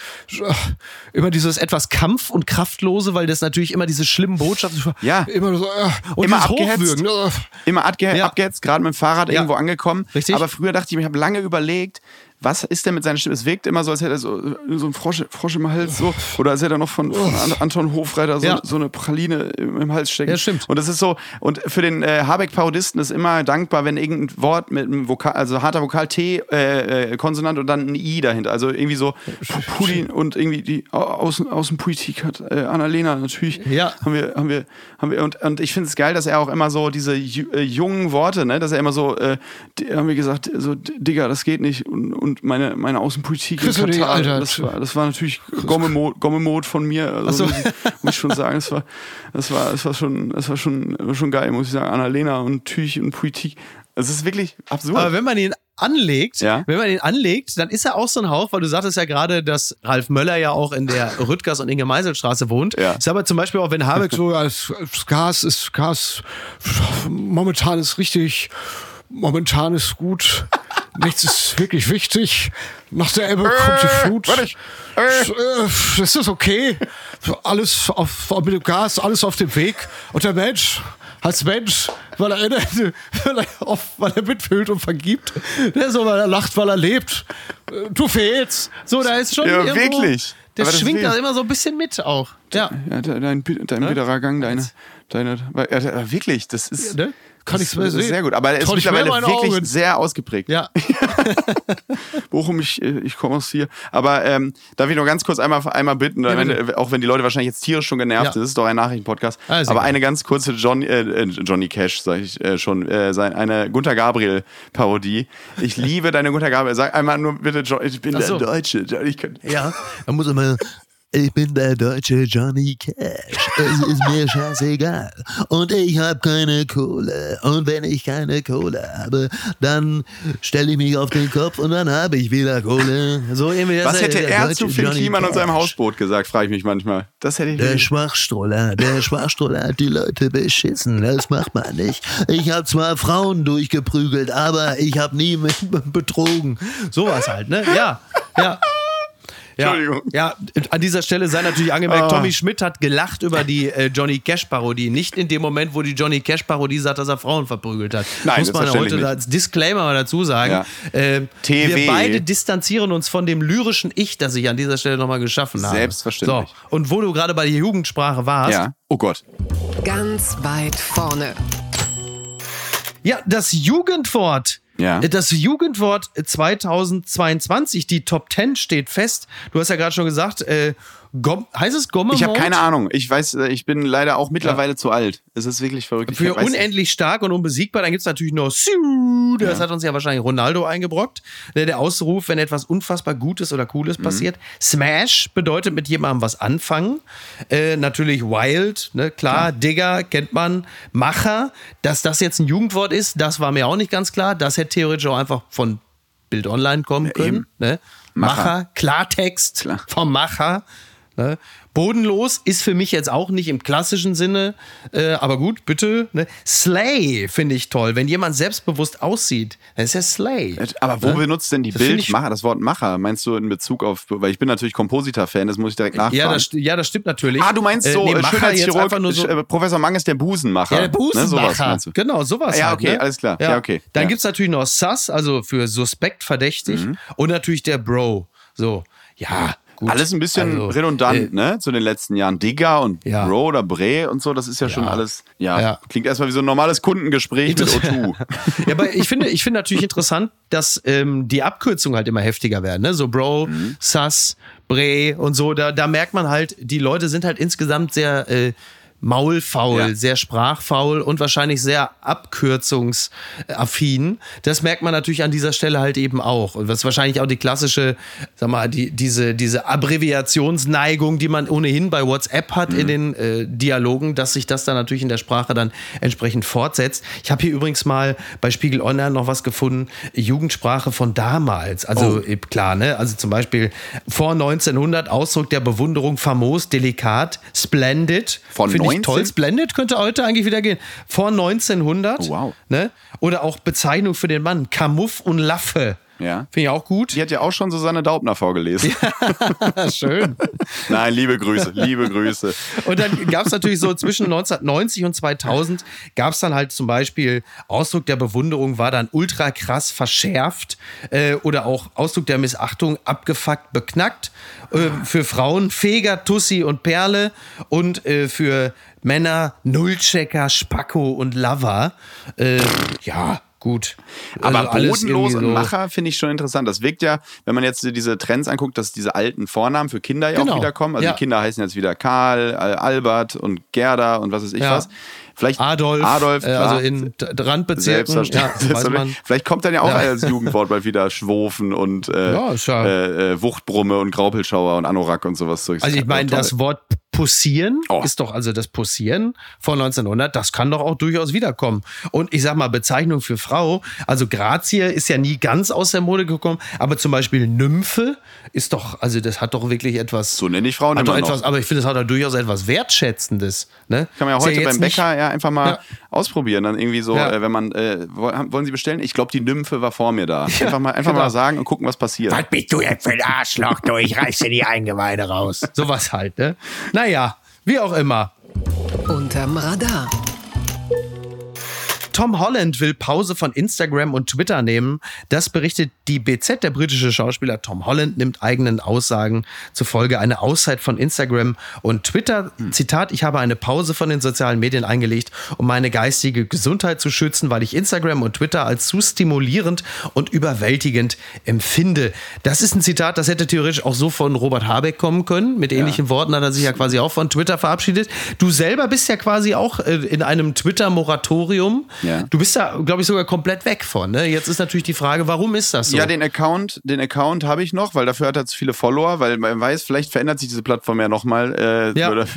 immer dieses etwas Kampf- und Kraftlose, weil das natürlich immer diese schlimmen Botschaften... Ja. Immer so... Und immer abgehetzt. Immer abgehetzt, gerade mit dem Fahrrad irgendwo angekommen. Richtig. Aber früher dachte ich habe lange überlegt, was ist denn mit seiner Stimme? Es wirkt immer so, als hätte er so einen Frosch im Hals. So. Oder als hätte er noch von Anton Hofreiter so eine Praline im Hals stecken. Ja, stimmt. Und das ist so, und für den Habeck-Parodisten ist immer dankbar, wenn irgendein Wort mit einem Vokal, also harter Vokal T, Konsonant und dann ein I dahinter. Also irgendwie so Putin und irgendwie die Außenpolitik hat Annalena natürlich. Ja. Haben wir und ich finde es geil, dass er auch immer so diese jungen Worte, ne, dass er immer so, haben wir gesagt, so, Digga, das geht nicht. Und meine Außenpolitik in Katar, das war natürlich Gomme-Mode von mir. Also muss ich schon sagen, das war schon geil, muss ich sagen. Annalena und Tüch und Politik. Es ist wirklich absurd. Aber wenn man ihn anlegt, dann ist er auch so ein Hauch, weil du sagtest ja gerade, dass Ralf Möller ja auch in der Rüttgers- und Inge-Meisel-Straße wohnt. Ja. Ist aber zum Beispiel auch, wenn Habeck so als Gas momentan ist gut. Nichts ist wirklich wichtig. Nach der Ebbe kommt die Flut. Das ist okay. alles mit dem Gas, alles auf dem Weg. Und der Mensch, als Mensch, weil er mitfühlt und vergibt, weil er lacht, weil er lebt. Du fehlst. So, da ist schon ja, wirklich. Das schwingt da immer so ein bisschen mit auch. Ja, dein bitterer Gang, wirklich, das ist... Ja, ne? Kann ich sehen. Sehr gut, aber er ist mittlerweile wirklich Augen. sehr ausgeprägt. Ja. Bochum, ich komme aus hier. Aber darf ich noch ganz kurz einmal bitten, auch wenn die Leute wahrscheinlich jetzt tierisch schon genervt sind, das ist doch ein Nachrichtenpodcast, aber eine ganz kurze Johnny Cash, sage ich schon, eine Gunther Gabriel-Parodie. Ich liebe deine Gunther Gabriel. Sag einmal nur bitte, ich bin der Deutsche. Ja, man muss immer... Ich bin der deutsche Johnny Cash, es ist mir scheißegal und ich hab keine Kohle und wenn ich keine Kohle habe, dann stelle ich mich auf den Kopf und dann habe ich wieder Kohle. So irgendwie was hätte er zu Finn Kliman und seinem Hausboot gesagt, frage ich mich manchmal. Das hätte ich der Schwachstroller hat die Leute beschissen, das macht man nicht. Ich habe zwar Frauen durchgeprügelt, aber ich habe nie betrogen. Sowas halt, ne? Ja. Entschuldigung. Ja, an dieser Stelle sei natürlich angemerkt, Tommy Schmidt hat gelacht über die Johnny Cash-Parodie. Nicht in dem Moment, wo die Johnny Cash-Parodie sagt, dass er Frauen verprügelt hat. Nein, muss man heute als Disclaimer dazu sagen. Ja. Wir beide distanzieren uns von dem lyrischen Ich, das ich an dieser Stelle nochmal geschaffen habe. Selbstverständlich. So, und wo du gerade bei der Jugendsprache warst. Ja. Oh Gott. Ganz weit vorne. Ja, das Jugendwort. Ja. Das Jugendwort 2022, die Top 10 steht fest. Du hast ja gerade schon gesagt, heißt es Gomme? Ich habe keine Ahnung. Ich weiß, ich bin leider auch mittlerweile zu alt. Es ist wirklich verrückt. Für unendlich stark und unbesiegbar, dann gibt es natürlich noch Siu, das hat uns ja wahrscheinlich Ronaldo eingebrockt. Der Ausruf, wenn etwas unfassbar Gutes oder Cooles passiert. Smash bedeutet mit jemandem was anfangen. Natürlich Wild, ne? Klar, Digger kennt man. Macher, dass das jetzt ein Jugendwort ist, das war mir auch nicht ganz klar. Das hätte theoretisch auch einfach von Bild Online kommen können. Ne? Macher, Klartext vom Macher. Ne? Bodenlos ist für mich jetzt auch nicht im klassischen Sinne, aber gut, bitte. Ne? Slay finde ich toll. Wenn jemand selbstbewusst aussieht, dann ist er Slay. Aber wo benutzt denn die Bildmacher das Wort Macher? Meinst du in Bezug auf, weil ich bin natürlich Kompositor-Fan, das muss ich direkt nachfragen. Ja, das stimmt natürlich. Du meinst so, Schönheitschirurg, Professor Mang ist der Busenmacher. Ja, der Busenmacher. Ne, genau, sowas. Ja, okay, halt, ne? Alles klar. Ja, okay. Dann gibt es natürlich noch Sus, also für suspekt, verdächtig. Und natürlich der Bro. So, ja. Gut. Alles ein bisschen redundant, ne? Zu den letzten Jahren. Digger und Bro oder Bre und so, das ist ja schon alles, klingt erstmal wie so ein normales Kundengespräch mit O2. Ja, aber ich finde natürlich interessant, dass die Abkürzungen halt immer heftiger werden, ne? So Bro, Sus, Bre und so, da merkt man halt, die Leute sind halt insgesamt sehr maulfaul, sehr sprachfaul und wahrscheinlich sehr abkürzungsaffin. Das merkt man natürlich an dieser Stelle halt eben auch. Und was wahrscheinlich auch die klassische, sag mal, diese Abbreviationsneigung, die man ohnehin bei WhatsApp hat in den Dialogen, dass sich das dann natürlich in der Sprache dann entsprechend fortsetzt. Ich habe hier übrigens mal bei Spiegel Online noch was gefunden, Jugendsprache von damals. Also klar, ne? Also zum Beispiel vor 1900 Ausdruck der Bewunderung, famos, delikat, splendid. Von Finde ich toll. Splendid könnte heute eigentlich wieder gehen. Vor 1900. Oh, wow. Ne? Oder auch Bezeichnung für den Mann. Kamuff und Laffe. Ja. Finde ich auch gut. Die hat ja auch schon Susanne Daubner vorgelesen. Ja, schön. Nein, liebe Grüße. Und dann gab es natürlich so zwischen 1990 und 2000 gab es dann halt zum Beispiel Ausdruck der Bewunderung war dann ultra krass verschärft oder auch Ausdruck der Missachtung abgefuckt, beknackt. Für Frauen Feger, Tussi und Perle und für Männer Nullchecker, Spacko und Lover. Ja, gut. Aber also bodenlos und Macher finde ich schon interessant. Das wirkt ja, wenn man jetzt diese Trends anguckt, dass diese alten Vornamen für Kinder ja auch wiederkommen. Also die Kinder heißen jetzt wieder Karl, Albert und Gerda und was weiß ich was. Vielleicht Adolf also in Randbezirken. Vielleicht kommt dann ja auch als Jugendwort bald wieder Schwofen und Wuchtbrumme und Graupelschauer und Anorak und sowas. Also ich meine, das Wort Pussieren ist doch, also das Pussieren von 1900, das kann doch auch durchaus wiederkommen. Und ich sag mal, Bezeichnung für Frau, also Grazie ist ja nie ganz aus der Mode gekommen, aber zum Beispiel Nymphe ist doch, also das hat doch wirklich etwas. So nenne ich Frauen immer noch. Aber ich finde, das hat doch durchaus etwas Wertschätzendes. Ne? Kann man ja heute beim Bäcker einfach mal ausprobieren. Dann irgendwie so, wenn man, wollen Sie bestellen? Ich glaube, die Nymphe war vor mir da. Einfach mal sagen und gucken, was passiert. Was bist du jetzt für ein Arschloch, du? Ich reiße die Eingeweide raus. Sowas halt, ne? Naja, wie auch immer. Unterm Radar. Tom Holland will Pause von Instagram und Twitter nehmen. Das berichtet die BZ. Der britische Schauspieler Tom Holland nimmt eigenen Aussagen zufolge eine Auszeit von Instagram und Twitter. Zitat: Ich habe eine Pause von den sozialen Medien eingelegt, um meine geistige Gesundheit zu schützen, weil ich Instagram und Twitter als zu stimulierend und überwältigend empfinde. Das ist ein Zitat, das hätte theoretisch auch so von Robert Habeck kommen können. Mit ähnlichen Worten hat er sich ja quasi auch von Twitter verabschiedet. Du selber bist ja quasi auch in einem Twitter-Moratorium. Ja. Du bist da, glaube ich, sogar komplett weg von. Ne? Jetzt ist natürlich die Frage, warum ist das so? Ja, den Account habe ich noch, weil dafür hat er zu viele Follower, weil man weiß, vielleicht verändert sich diese Plattform ja nochmal.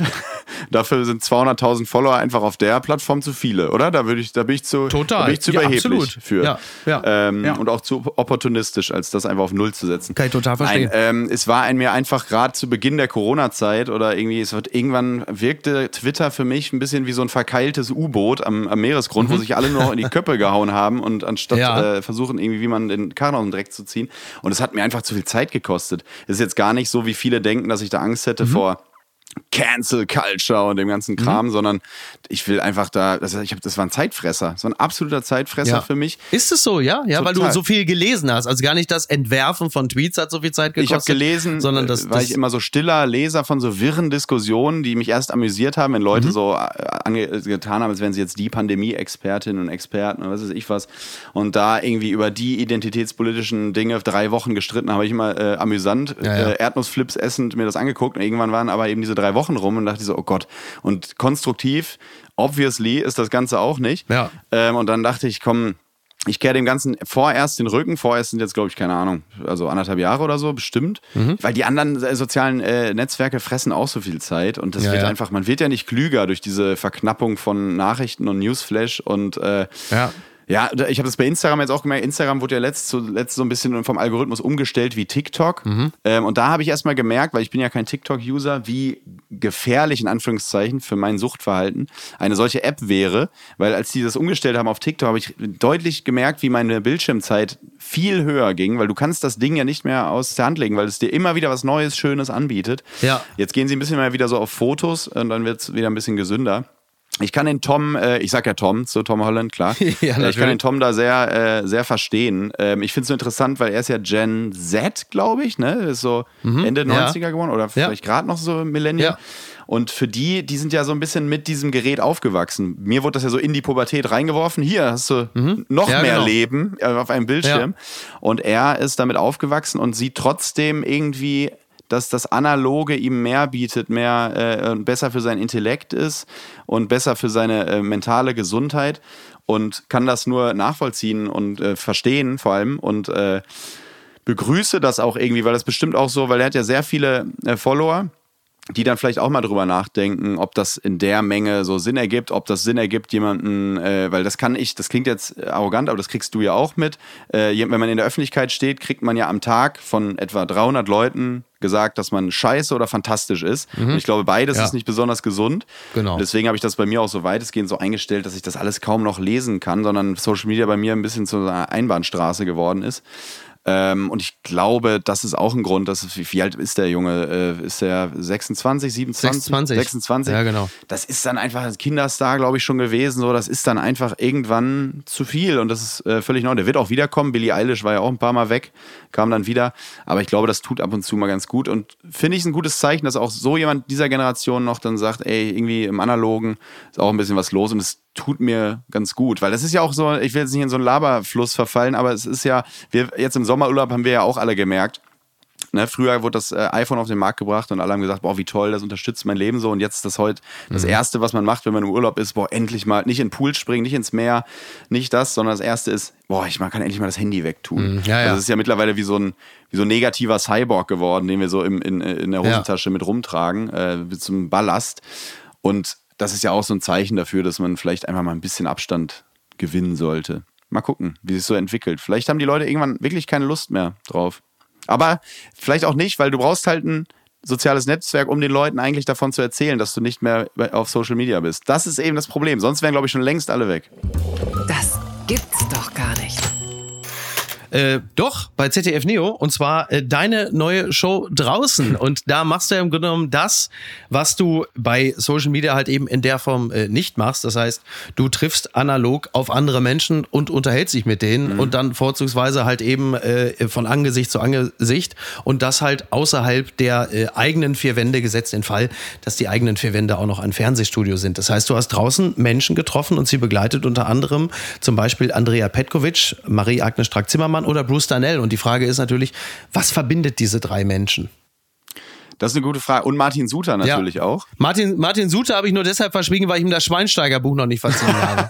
Dafür sind 200.000 Follower einfach auf der Plattform zu viele, oder? Da bin ich zu überheblich für. Und auch zu opportunistisch, als das einfach auf Null zu setzen. Kann ich total verstehen. Es war mir einfach gerade zu Beginn der Corona-Zeit oder irgendwie, irgendwann wirkte Twitter für mich ein bisschen wie so ein verkeiltes U-Boot am Meeresgrund, wo sich alle nur noch in die Köpfe gehauen haben und anstatt versuchen irgendwie, wie man den Karren aus dem Dreck zu ziehen. Und es hat mir einfach zu viel Zeit gekostet. Es ist jetzt gar nicht so, wie viele denken, dass ich da Angst hätte vor Cancel Culture und dem ganzen Kram, sondern ich will einfach das war ein Zeitfresser. Das war ein absoluter Zeitfresser für mich. Ist es so, ja? Ja, total. Weil du so viel gelesen hast. Also gar nicht das Entwerfen von Tweets hat so viel Zeit gekostet. Ich habe gelesen, sondern weil ich immer so stiller Leser von so wirren Diskussionen, die mich erst amüsiert haben, wenn Leute so getan haben, als wären sie jetzt die Pandemie-Expertinnen und Experten oder was weiß ich was. Und da irgendwie über die identitätspolitischen Dinge 3 Wochen gestritten, habe ich immer amüsant Erdnussflips essend mir das angeguckt. Und irgendwann waren aber eben diese 3 Wochen rum und dachte ich so, oh Gott. Und konstruktiv, obviously, ist das Ganze auch nicht. Ja. Und dann dachte ich, komm, ich kehre dem Ganzen vorerst den Rücken. Vorerst sind jetzt, glaube ich, keine Ahnung, also 1,5 Jahre oder so, bestimmt. Weil die anderen sozialen Netzwerke fressen auch so viel Zeit. Und das wird einfach, man wird ja nicht klüger durch diese Verknappung von Nachrichten und Newsflash und ja, ich habe das bei Instagram jetzt auch gemerkt. Instagram wurde ja letzt so ein bisschen vom Algorithmus umgestellt wie TikTok. Und da habe ich erstmal gemerkt, weil ich bin ja kein TikTok-User, wie gefährlich in Anführungszeichen für mein Suchtverhalten eine solche App wäre. Weil als die das umgestellt haben auf TikTok, habe ich deutlich gemerkt, wie meine Bildschirmzeit viel höher ging. Weil du kannst das Ding ja nicht mehr aus der Hand legen, weil es dir immer wieder was Neues, Schönes anbietet. Ja. Jetzt gehen sie ein bisschen mal wieder so auf Fotos und dann wird es wieder ein bisschen gesünder. Ich kann den Tom, ich sag ja Tom, so Tom Holland, klar. Ja, ich kann den Tom da sehr, sehr verstehen. Ich finde es so interessant, weil er ist ja Gen Z, glaube ich, ne? Ist so Ende 90er geworden oder vielleicht gerade noch so Millennial. Ja. Und für die sind ja so ein bisschen mit diesem Gerät aufgewachsen. Mir wurde das ja so in die Pubertät reingeworfen. Hier hast du noch mehr Leben auf einem Bildschirm. Ja. Und er ist damit aufgewachsen und sieht trotzdem irgendwie, dass das Analoge ihm mehr bietet, besser für sein Intellekt ist und besser für seine mentale Gesundheit und kann das nur nachvollziehen und verstehen vor allem und begrüße das auch irgendwie, weil das bestimmt auch so, weil er hat ja sehr viele Follower, die dann vielleicht auch mal drüber nachdenken, ob das in der Menge so Sinn ergibt, ob das Sinn ergibt, jemanden, weil das klingt jetzt arrogant, aber das kriegst du ja auch mit. Wenn man in der Öffentlichkeit steht, kriegt man ja am Tag von etwa 300 Leuten gesagt, dass man scheiße oder fantastisch ist. Und ich glaube, beides ist nicht besonders gesund. Genau. Und deswegen habe ich das bei mir auch so weitestgehend so eingestellt, dass ich das alles kaum noch lesen kann, sondern Social Media bei mir ein bisschen zu einer Einbahnstraße geworden ist. Und ich glaube, das ist auch ein Grund, wie alt ist der Junge? Ist der 26, 27? 26. Ja, genau. Das ist dann einfach ein Kinderstar, glaube ich, schon gewesen. So, das ist dann einfach irgendwann zu viel und das ist völlig neu. Der wird auch wiederkommen. Billie Eilish war ja auch ein paar Mal weg, kam dann wieder. Aber ich glaube, das tut ab und zu mal ganz gut und finde ich ein gutes Zeichen, dass auch so jemand dieser Generation noch dann sagt, ey, irgendwie im Analogen ist auch ein bisschen was los und es tut mir ganz gut, weil das ist ja auch so, ich will jetzt nicht in so einen Laberfluss verfallen, aber es ist ja, jetzt im Sommerurlaub haben wir ja auch alle gemerkt, ne, früher wurde das iPhone auf den Markt gebracht und alle haben gesagt, boah, wie toll, das unterstützt mein Leben so und jetzt ist das heute das Erste, was man macht, wenn man im Urlaub ist, boah, endlich mal, nicht in den Pool springen, nicht ins Meer, nicht das, sondern das Erste ist, boah, man kann endlich mal das Handy wegtun. Ja, ja. Also das ist ja mittlerweile wie so ein negativer Cyborg geworden, den wir so in der Hosentasche mit rumtragen, zum Ballast und das ist ja auch so ein Zeichen dafür, dass man vielleicht einfach mal ein bisschen Abstand gewinnen sollte. Mal gucken, wie sich so entwickelt. Vielleicht haben die Leute irgendwann wirklich keine Lust mehr drauf. Aber vielleicht auch nicht, weil du brauchst halt ein soziales Netzwerk, um den Leuten eigentlich davon zu erzählen, dass du nicht mehr auf Social Media bist. Das ist eben das Problem. Sonst wären, glaube ich, schon längst alle weg. Das gibt's doch gar nicht. Doch, bei ZDF Neo. Und zwar deine neue Show Draußen. Und da machst du ja im Grunde genommen das, was du bei Social Media halt eben in der Form nicht machst. Das heißt, du triffst analog auf andere Menschen und unterhältst dich mit denen und dann vorzugsweise halt eben von Angesicht zu Angesicht und das halt außerhalb der eigenen vier Wände, gesetzt den Fall, dass die eigenen vier Wände auch noch ein Fernsehstudio sind. Das heißt, du hast draußen Menschen getroffen und sie begleitet unter anderem zum Beispiel Andrea Petkovic, Marie-Agnes Strack-Zimmermann oder Bruce Darnell. Und die Frage ist natürlich, was verbindet diese drei Menschen? Das ist eine gute Frage. Und Martin Suter natürlich auch. Martin Suter habe ich nur deshalb verschwiegen, weil ich ihm das Schweinsteiger-Buch noch nicht verziehen habe.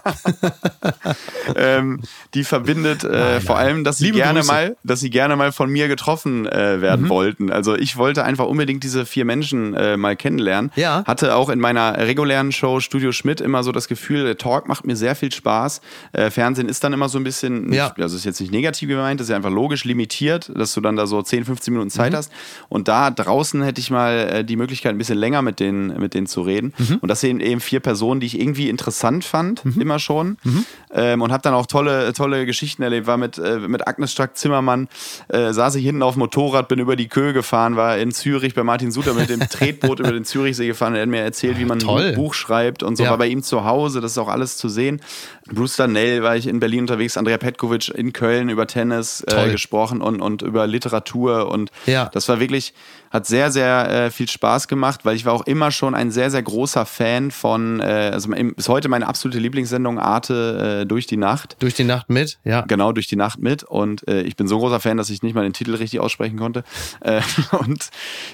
Die verbindet vor allem, dass sie gerne mal von mir getroffen werden wollten. Also ich wollte einfach unbedingt diese vier Menschen mal kennenlernen. Ja. Hatte auch in meiner regulären Show Studio Schmidt immer so das Gefühl, der Talk macht mir sehr viel Spaß. Fernsehen ist dann immer so ein bisschen, also ist jetzt nicht negativ gemeint, das ist ja einfach logisch limitiert, dass du dann da so 10, 15 Minuten Zeit hast. Und da draußen hätte ich mal die Möglichkeit, ein bisschen länger mit denen zu reden. Und das sind eben vier Personen, die ich irgendwie interessant fand, immer schon. Und habe dann auch tolle Geschichten erlebt. War mit Agnes Strack-Zimmermann, saß ich hinten auf dem Motorrad, bin über die Köhe gefahren, war in Zürich bei Martin Suter mit dem Tretboot über den Zürichsee gefahren. Er hat mir erzählt, wie man ein Buch schreibt und so. War bei ihm zu Hause, das ist auch alles zu sehen. Bruce Darnell war ich in Berlin unterwegs, Andrea Petkovic in Köln über Tennis gesprochen und über Literatur. Und das war wirklich, hat sehr, sehr viel Spaß gemacht, weil ich war auch immer schon ein sehr, sehr großer Fan von, also bis heute meine absolute Lieblingssendung Arte Durch die Nacht. Durch die Nacht mit, ja. Genau, Durch die Nacht mit. Und ich bin so ein großer Fan, dass ich nicht mal den Titel richtig aussprechen konnte. Und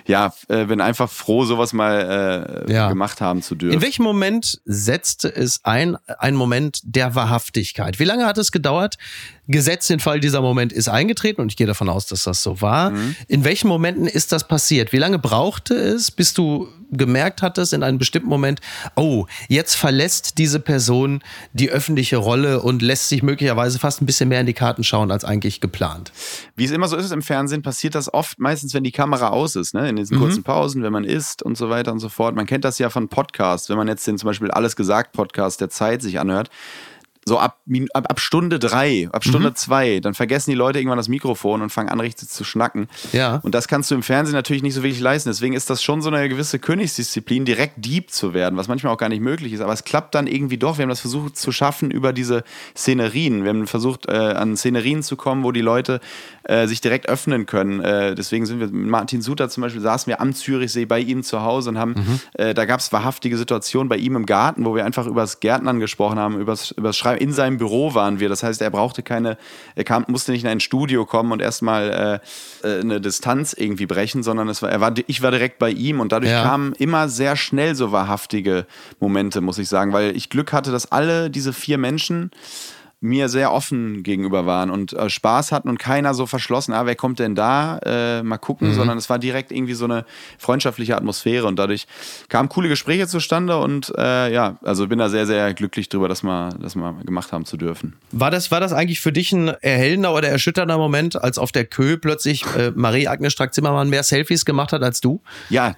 bin einfach froh, sowas mal gemacht haben zu dürfen. In welchem Moment setzte es ein Moment der Wahrhaftigkeit? Wie lange hat es gedauert? Gesetzt den Fall, dieser Moment ist eingetreten und ich gehe davon aus, dass das so war. In welchen Momenten ist das passiert? Wie lange brauchte es, bis du gemerkt hattest in einem bestimmten Moment, oh, jetzt verlässt diese Person die öffentliche Rolle und lässt sich möglicherweise fast ein bisschen mehr in die Karten schauen als eigentlich geplant? Wie es immer so ist im Fernsehen, passiert das oft, meistens wenn die Kamera aus ist, ne? In diesen kurzen Pausen, wenn man isst und so weiter und so fort. Man kennt das ja von Podcasts, wenn man jetzt den zum Beispiel Alles gesagt Podcast der Zeit sich anhört. So ab Stunde 3, ab Stunde 2, dann vergessen die Leute irgendwann das Mikrofon und fangen an, richtig zu schnacken. Ja. Und das kannst du im Fernsehen natürlich nicht so wirklich leisten. Deswegen ist das schon so eine gewisse Königsdisziplin, direkt deep zu werden, was manchmal auch gar nicht möglich ist. Aber es klappt dann irgendwie doch. Wir haben das versucht zu schaffen über diese Szenerien. Wir haben versucht, an Szenerien zu kommen, wo die Leute sich direkt öffnen können. Deswegen sind wir mit Martin Suter zum Beispiel, saßen wir am Zürichsee bei ihm zu Hause und haben, da gab es wahrhaftige Situationen bei ihm im Garten, wo wir einfach über das Gärtnern gesprochen haben, über das Schreiben. In seinem Büro waren wir. Das heißt, er brauchte musste nicht in ein Studio kommen und erstmal eine Distanz irgendwie brechen, sondern ich war direkt bei ihm und dadurch kamen immer sehr schnell so wahrhaftige Momente, muss ich sagen, weil ich Glück hatte, dass alle diese vier Menschen mir sehr offen gegenüber waren und Spaß hatten und keiner so verschlossen, wer kommt denn da, mal gucken, sondern es war direkt irgendwie so eine freundschaftliche Atmosphäre und dadurch kamen coole Gespräche zustande und also bin da sehr, sehr glücklich drüber, das mal gemacht haben zu dürfen. War das eigentlich für dich ein erhellender oder erschütternder Moment, als auf der Kö plötzlich Marie-Agnes Strack-Zimmermann mehr Selfies gemacht hat als du? Ja,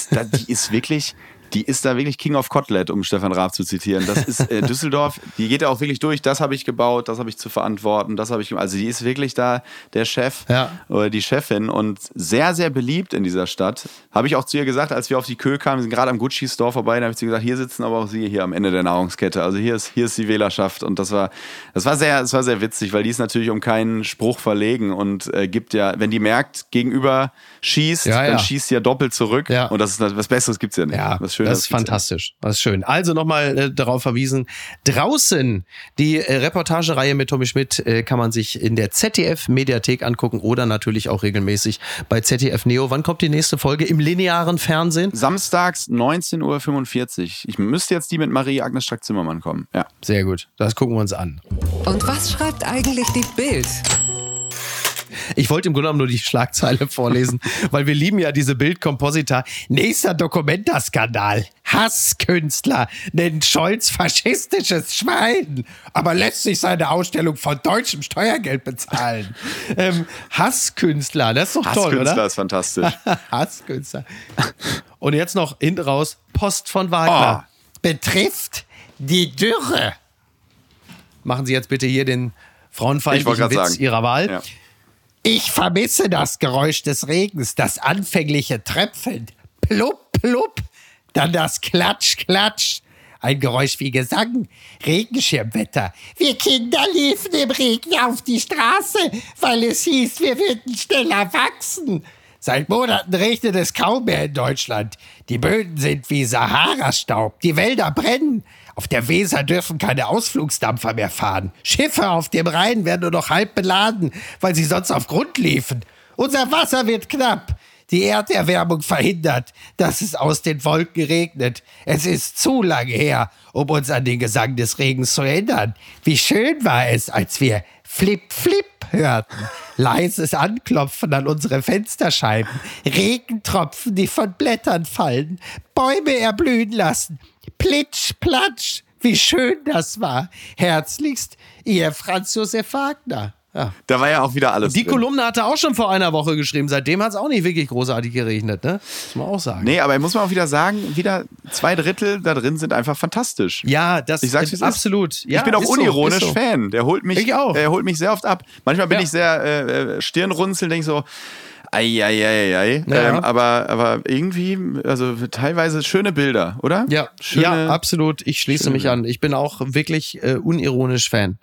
die ist da wirklich King of Kotelett, um Stefan Raab zu zitieren. Das ist Düsseldorf, die geht da auch wirklich durch. Das habe ich gebaut, das habe ich zu verantworten, also die ist wirklich da der Chef oder die Chefin und sehr, sehr beliebt in dieser Stadt. Habe ich auch zu ihr gesagt, als wir auf die Kö kamen, wir sind gerade am Gucci-Store vorbei, da habe ich zu ihr gesagt, hier sitzen aber auch Sie hier am Ende der Nahrungskette. Also hier ist die Wählerschaft und das war sehr witzig, weil die ist natürlich um keinen Spruch verlegen und gibt ja, wenn die merkt, gegenüber schießt, dann schießt sie ja doppelt zurück und das ist was Besseres gibt's ja nicht. Ja. Das ist fantastisch. Das ist schön. Also nochmal darauf verwiesen. Draußen, die Reportagereihe mit Tommy Schmidt kann man sich in der ZDF-Mediathek angucken oder natürlich auch regelmäßig bei ZDF Neo. Wann kommt die nächste Folge im linearen Fernsehen? Samstags 19:45 Uhr. Ich müsste jetzt die mit Marie-Agnes Strack-Zimmermann kommen. Ja. Sehr gut. Das gucken wir uns an. Und was schreibt eigentlich die Bild? Ich wollte im Grunde genommen nur die Schlagzeile vorlesen, weil wir lieben ja diese Bildkomposita. Nächster Documenta-Skandal. Hasskünstler nennt Scholz faschistisches Schwein, aber lässt sich seine Ausstellung von deutschem Steuergeld bezahlen. Hasskünstler, das ist doch toll, oder? Hasskünstler ist fantastisch. Hasskünstler. Und jetzt noch hinten raus, Post von Wagner. Betrifft die Dürre. Machen Sie jetzt bitte hier den frauenfeindlichen Witz Ihrer Wahl. Ja. Ich vermisse das Geräusch des Regens, das anfängliche Tröpfeln. Plupp, plupp. Dann das Klatsch, Klatsch. Ein Geräusch wie Gesang. Regenschirmwetter. Wir Kinder liefen im Regen auf die Straße, weil es hieß, wir würden schneller wachsen. Seit Monaten regnet es kaum mehr in Deutschland. Die Böden sind wie Sahara-Staub. Die Wälder brennen. Auf der Weser dürfen keine Ausflugsdampfer mehr fahren. Schiffe auf dem Rhein werden nur noch halb beladen, weil sie sonst auf Grund liefen. Unser Wasser wird knapp. Die Erderwärmung verhindert, dass es aus den Wolken regnet. Es ist zu lange her, um uns an den Gesang des Regens zu erinnern. Wie schön war es, als wir Flip, Flip hörten. Leises Anklopfen an unsere Fensterscheiben. Regentropfen, die von Blättern fallen. Bäume erblühen lassen. Plitsch, platsch. Wie schön das war. Herzlichst, Ihr Franz Josef Wagner. Ja. Da war ja auch wieder alles Die drin. Kolumne hat er auch schon vor einer Woche geschrieben. Seitdem hat es auch nicht wirklich großartig geregnet, ne? Muss man auch sagen. Nee, aber muss man auch wieder sagen, wieder 2/3 da drin sind einfach fantastisch. Ja, das ist absolut. Ja, ich bin auch ist unironisch so. Fan. Der holt mich, Ich auch. Er holt mich sehr oft ab. Manchmal bin ich sehr Stirnrunzeln, denke so, ei. Ja. Aber irgendwie, also teilweise schöne Bilder, oder? Ja, ja, absolut. Ich schließe mich an. Ich bin auch wirklich unironisch Fan.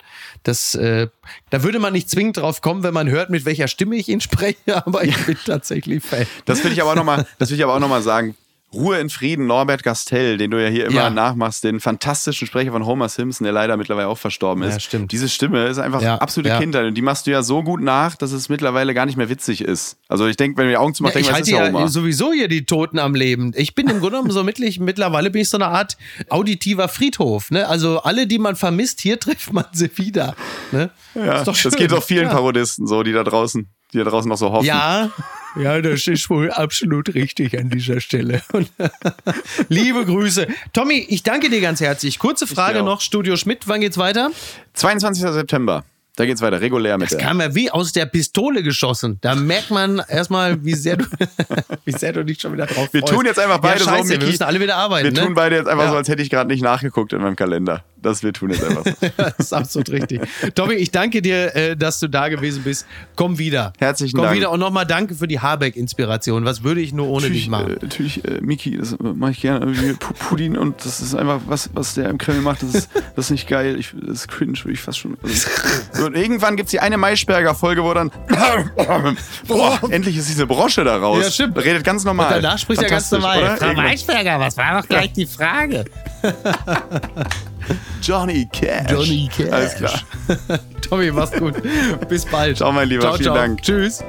Da würde man nicht zwingend drauf kommen, wenn man hört, mit welcher Stimme ich ihn spreche, aber ich bin tatsächlich Fan. Das will ich aber auch noch mal sagen. Ruhe in Frieden, Norbert Gastel, den du ja hier immer nachmachst, den fantastischen Sprecher von Homer Simpson, der leider mittlerweile auch verstorben ist. Ja, stimmt. Diese Stimme ist einfach absolute Kindheit und die machst du ja so gut nach, dass es mittlerweile gar nicht mehr witzig ist. Also ich denke, wenn du die Augen zumacht, Ich was halte ist ja ja Homer? sowieso hier die Toten am Leben. Ich bin im Grunde genommen mittlerweile bin ich so eine Art auditiver Friedhof. Ne? Also alle, die man vermisst, hier trifft man sie wieder. Ne? Ja, ist doch schön. das geht doch vielen Parodisten so, die da draußen noch so hoffen. Ja, das ist wohl absolut richtig an dieser Stelle. Und liebe Grüße. Tommy, ich danke dir ganz herzlich. Kurze Frage noch, Studio Schmidt, wann geht's weiter? 22. September. Da geht's weiter, regulär mit Das kam ja wie aus der Pistole geschossen. Da merkt man erstmal, wie sehr du dich schon wieder drauf freust. Wir tun jetzt einfach beide so, so, wir müssen alle wieder arbeiten. Wir tun beide jetzt einfach so, als hätte ich gerade nicht nachgeguckt in meinem Kalender. Wir tun jetzt einfach so. Das ist absolut richtig. Tommy, ich danke dir, dass du da gewesen bist. Komm wieder. Herzlichen Dank. Komm wieder und nochmal danke für die Habeck-Inspiration. Was würde ich nur ohne dich machen? Natürlich, Miki, das mache ich gerne. Irgendwie Pudding und das ist einfach, was der im Kreml macht, das ist nicht geil. Das ist cringe, würde ich fast schon. Also, und irgendwann gibt es die eine Maischberger-Folge, wo dann endlich ist diese Brosche da raus. Ja, stimmt. Redet ganz normal. Und danach spricht er ganz normal. Frau Maischberger, was war doch gleich die Frage? Johnny Cash. Alles klar. Tommy, mach's gut. Bis bald. Ciao, mein Lieber. Vielen Dank. Tschüss.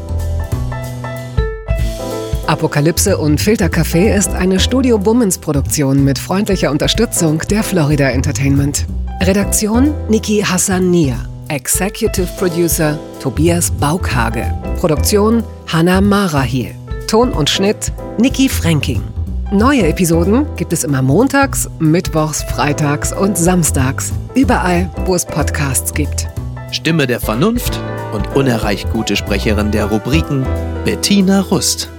Apokalypse und Filtercafé ist eine Studio Bummens Produktion mit freundlicher Unterstützung der Florida Entertainment. Redaktion Niki Hassania. Executive Producer Tobias Baukhage. Produktion Hannah Marahiel. Ton und Schnitt Niki Fränking. Neue Episoden gibt es immer montags, mittwochs, freitags und samstags. Überall, wo es Podcasts gibt. Stimme der Vernunft und unerreicht gute Sprecherin der Rubriken Bettina Rust.